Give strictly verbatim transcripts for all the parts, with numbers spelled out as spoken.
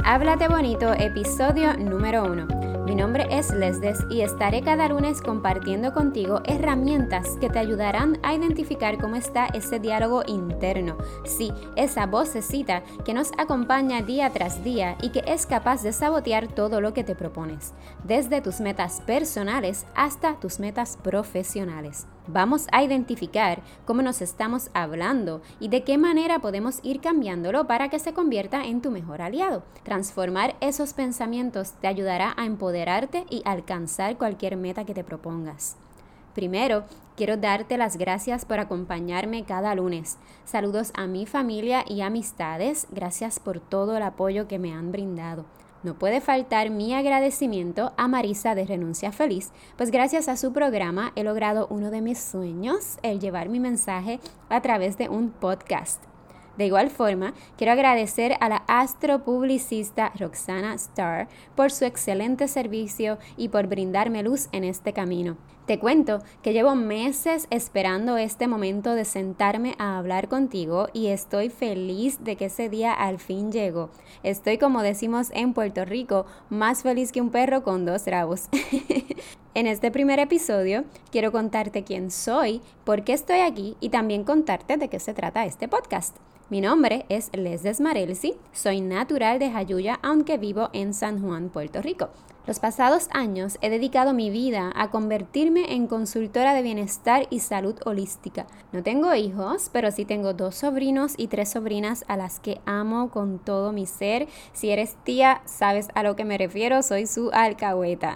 Háblate Bonito, episodio número uno. Mi nombre es Lesdes y estaré cada lunes compartiendo contigo herramientas que te ayudarán a identificar cómo está ese diálogo interno. Sí, esa vocecita que nos acompaña día tras día y que es capaz de sabotear todo lo que te propones, desde tus metas personales hasta tus metas profesionales. Vamos a identificar cómo nos estamos hablando y de qué manera podemos ir cambiándolo para que se convierta en tu mejor aliado. Transformar esos pensamientos te ayudará a empoderarte y alcanzar cualquier meta que te propongas. Primero, quiero darte las gracias por acompañarme cada lunes. Saludos a mi familia y amistades. Gracias por todo el apoyo que me han brindado. No puede faltar mi agradecimiento a Marisa de Renuncia Feliz, pues gracias a su programa he logrado uno de mis sueños, el llevar mi mensaje a través de un podcast. De igual forma, quiero agradecer a la astropublicista Roxana Starr por su excelente servicio y por brindarme luz en este camino. Te cuento que llevo meses esperando este momento de sentarme a hablar contigo y estoy feliz de que ese día al fin llegó. Estoy, como decimos en Puerto Rico, más feliz que un perro con dos rabos. En este primer episodio quiero contarte quién soy, por qué estoy aquí y también contarte de qué se trata este podcast. Mi nombre es Lesdes Marelsi, soy natural de Jayuya, aunque vivo en San Juan, Puerto Rico. Los pasados años he dedicado mi vida a convertirme en consultora de bienestar y salud holística. No tengo hijos, pero sí tengo dos sobrinos y tres sobrinas a las que amo con todo mi ser. Si eres tía, sabes a lo que me refiero, soy su alcahueta.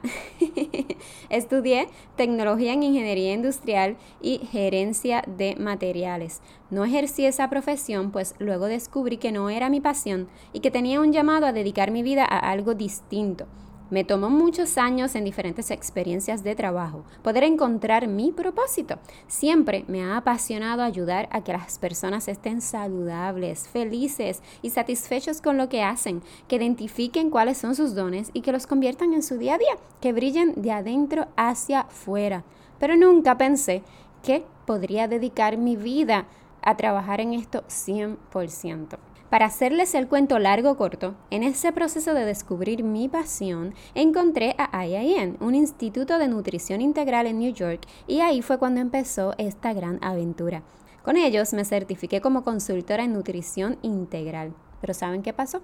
Estudié tecnología en ingeniería industrial y gerencia de materiales. No ejercí esa profesión, pues luego descubrí que no era mi pasión y que tenía un llamado a dedicar mi vida a algo distinto. Me tomó muchos años en diferentes experiencias de trabajo poder encontrar mi propósito. Siempre me ha apasionado ayudar a que las personas estén saludables, felices y satisfechos con lo que hacen, que identifiquen cuáles son sus dones y que los conviertan en su día a día, que brillen de adentro hacia afuera. Pero nunca pensé que podría dedicar mi vida a trabajar en esto cien por ciento. Para hacerles el cuento largo corto, en ese proceso de descubrir mi pasión, encontré a I I N, un instituto de nutrición integral en New York, y ahí fue cuando empezó esta gran aventura. Con ellos me certifiqué como consultora en nutrición integral. ¿Pero saben qué pasó?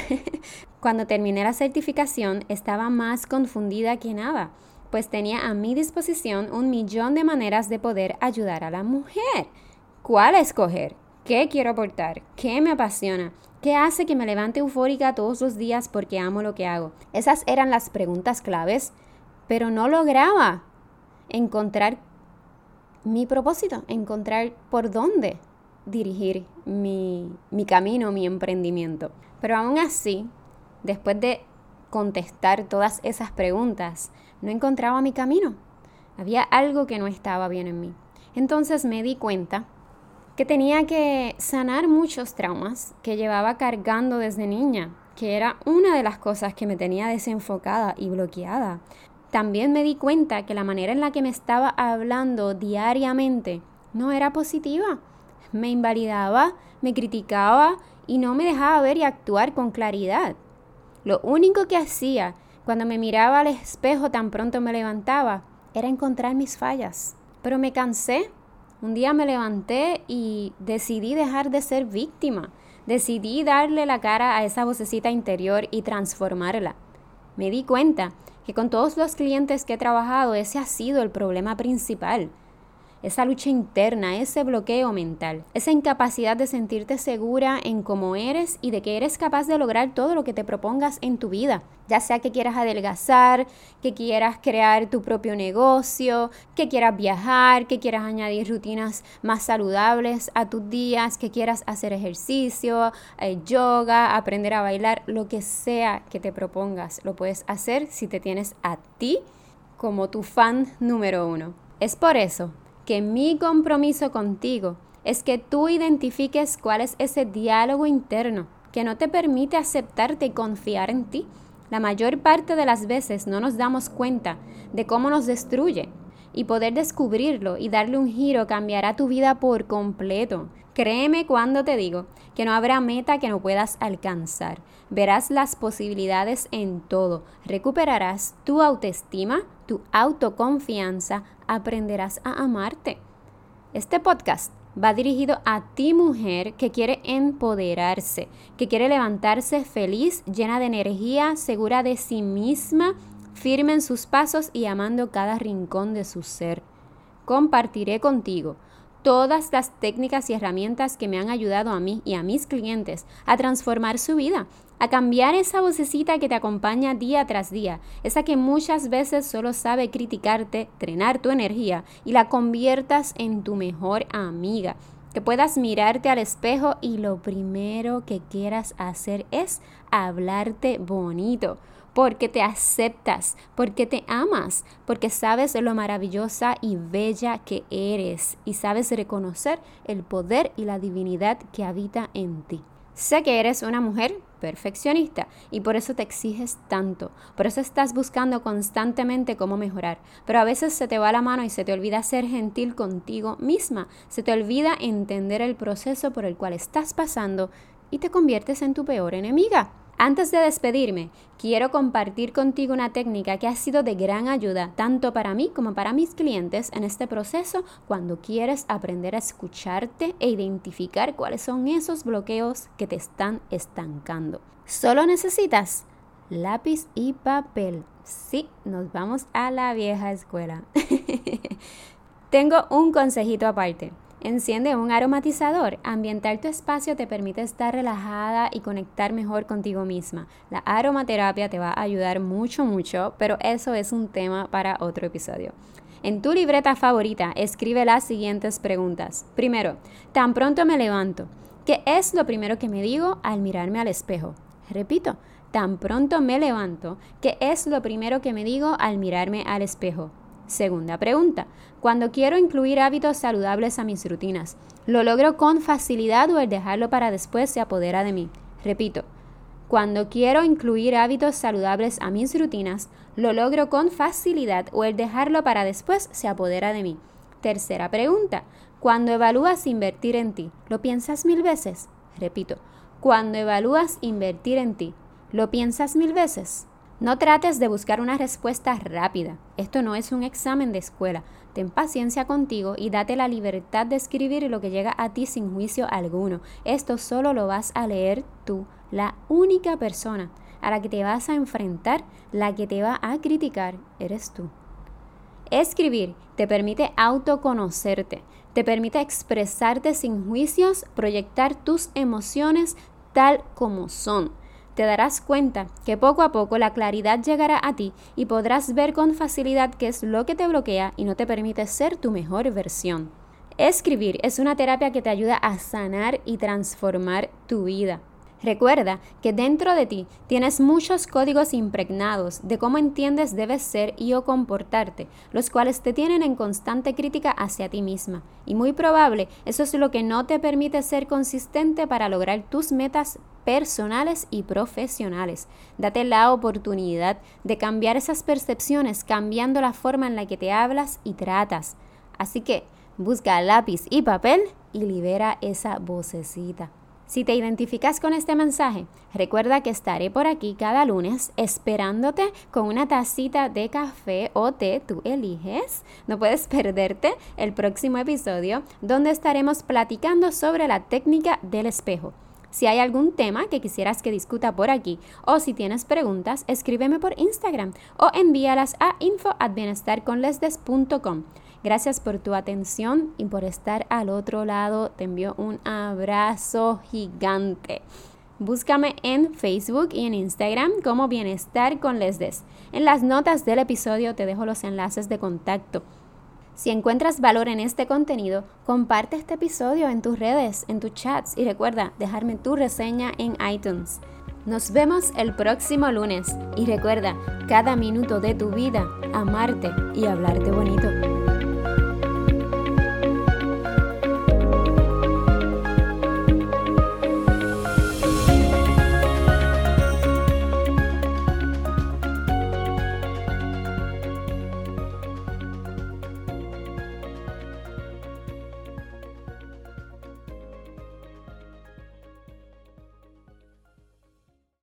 Cuando terminé la certificación, estaba más confundida que nada, pues tenía a mi disposición un millón de maneras de poder ayudar a la mujer. ¿Cuál escoger? ¿Qué quiero aportar? ¿Qué me apasiona? ¿Qué hace que me levante eufórica todos los días porque amo lo que hago? Esas eran las preguntas claves, pero no lograba encontrar mi propósito, encontrar por dónde dirigir mi, mi camino, mi emprendimiento. Pero aún así, después de contestar todas esas preguntas, no encontraba mi camino. Había algo que no estaba bien en mí. Entonces me di cuenta que tenía que sanar muchos traumas que llevaba cargando desde niña, que era una de las cosas que me tenía desenfocada y bloqueada. También me di cuenta que la manera en la que me estaba hablando diariamente no era positiva. Me invalidaba, me criticaba y no me dejaba ver y actuar con claridad. Lo único que hacía cuando me miraba al espejo tan pronto me levantaba era encontrar mis fallas. Pero me cansé. Un día me levanté y decidí dejar de ser víctima. Decidí darle la cara a esa vocecita interior y transformarla. Me di cuenta que con todos los clientes que he trabajado, ese ha sido el problema principal. Esa lucha interna, ese bloqueo mental, esa incapacidad de sentirte segura en cómo eres y de que eres capaz de lograr todo lo que te propongas en tu vida. Ya sea que quieras adelgazar, que quieras crear tu propio negocio, que quieras viajar, que quieras añadir rutinas más saludables a tus días, que quieras hacer ejercicio, eh, yoga, aprender a bailar, lo que sea que te propongas, lo puedes hacer si te tienes a ti como tu fan número uno. Es por eso que mi compromiso contigo es que tú identifiques cuál es ese diálogo interno que no te permite aceptarte y confiar en ti. La mayor parte de las veces no nos damos cuenta de cómo nos destruye y poder descubrirlo y darle un giro cambiará tu vida por completo. Créeme cuando te digo que no habrá meta que no puedas alcanzar. Verás las posibilidades en todo. Recuperarás tu autoestima, tu autoconfianza, aprenderás a amarte. Este podcast va dirigido a ti, mujer, que quiere empoderarse, que quiere levantarse feliz, llena de energía, segura de sí misma, firme en sus pasos y amando cada rincón de su ser. Compartiré contigo todas las técnicas y herramientas que me han ayudado a mí y a mis clientes a transformar su vida, a cambiar esa vocecita que te acompaña día tras día, esa que muchas veces solo sabe criticarte, drenar tu energía y la conviertas en tu mejor amiga, que puedas mirarte al espejo y lo primero que quieras hacer es hablarte bonito, porque te aceptas, porque te amas, porque sabes lo maravillosa y bella que eres y sabes reconocer el poder y la divinidad que habita en ti. Sé que eres una mujer perfeccionista y por eso te exiges tanto, por eso estás buscando constantemente cómo mejorar, pero a veces se te va la mano y se te olvida ser gentil contigo misma, se te olvida entender el proceso por el cual estás pasando y te conviertes en tu peor enemiga. Antes de despedirme, quiero compartir contigo una técnica que ha sido de gran ayuda tanto para mí como para mis clientes en este proceso cuando quieres aprender a escucharte e identificar cuáles son esos bloqueos que te están estancando. Solo necesitas lápiz y papel. Sí, nos vamos a la vieja escuela. Tengo un consejito aparte. Enciende un aromatizador. Ambientar tu espacio te permite estar relajada y conectar mejor contigo misma. La aromaterapia te va a ayudar mucho, mucho, pero eso es un tema para otro episodio. En tu libreta favorita, escribe las siguientes preguntas. Primero, tan pronto me levanto, ¿qué es lo primero que me digo al mirarme al espejo? Repito, tan pronto me levanto, ¿qué es lo primero que me digo al mirarme al espejo? Segunda pregunta, cuando quiero incluir hábitos saludables a mis rutinas, ¿lo logro con facilidad o el dejarlo para después se apodera de mí? Repito, cuando quiero incluir hábitos saludables a mis rutinas, ¿lo logro con facilidad o el dejarlo para después se apodera de mí? Tercera pregunta, cuando evalúas invertir en ti, ¿lo piensas mil veces? Repito, cuando evalúas invertir en ti, ¿lo piensas mil veces? No trates de buscar una respuesta rápida. Esto no es un examen de escuela. Ten paciencia contigo y date la libertad de escribir lo que llega a ti sin juicio alguno. Esto solo lo vas a leer tú, la única persona a la que te vas a enfrentar, la que te va a criticar, eres tú. Escribir te permite autoconocerte, te permite expresarte sin juicios, proyectar tus emociones tal como son. Te darás cuenta que poco a poco la claridad llegará a ti y podrás ver con facilidad qué es lo que te bloquea y no te permite ser tu mejor versión. Escribir es una terapia que te ayuda a sanar y transformar tu vida. Recuerda que dentro de ti tienes muchos códigos impregnados de cómo entiendes debes ser y o comportarte, los cuales te tienen en constante crítica hacia ti misma. Y muy probable, eso es lo que no te permite ser consistente para lograr tus metas personales y profesionales. Date la oportunidad de cambiar esas percepciones, cambiando la forma en la que te hablas y tratas. Así que busca lápiz y papel y libera esa vocecita. Si te identificas con este mensaje, recuerda que estaré por aquí cada lunes esperándote con una tacita de café o té, tú eliges. No puedes perderte el próximo episodio donde estaremos platicando sobre la técnica del espejo. Si hay algún tema que quisieras que discuta por aquí o si tienes preguntas, escríbeme por Instagram o envíalas a info at bienestar con lesdes punto com. Gracias por tu atención y por estar al otro lado. Te envío un abrazo gigante. Búscame en Facebook y en Instagram como Bienestar con Lesdes. En las notas del episodio te dejo los enlaces de contacto. Si encuentras valor en este contenido, comparte este episodio en tus redes, en tus chats y recuerda dejarme tu reseña en iTunes. Nos vemos el próximo lunes y recuerda, cada minuto de tu vida, amarte y hablarte bonito.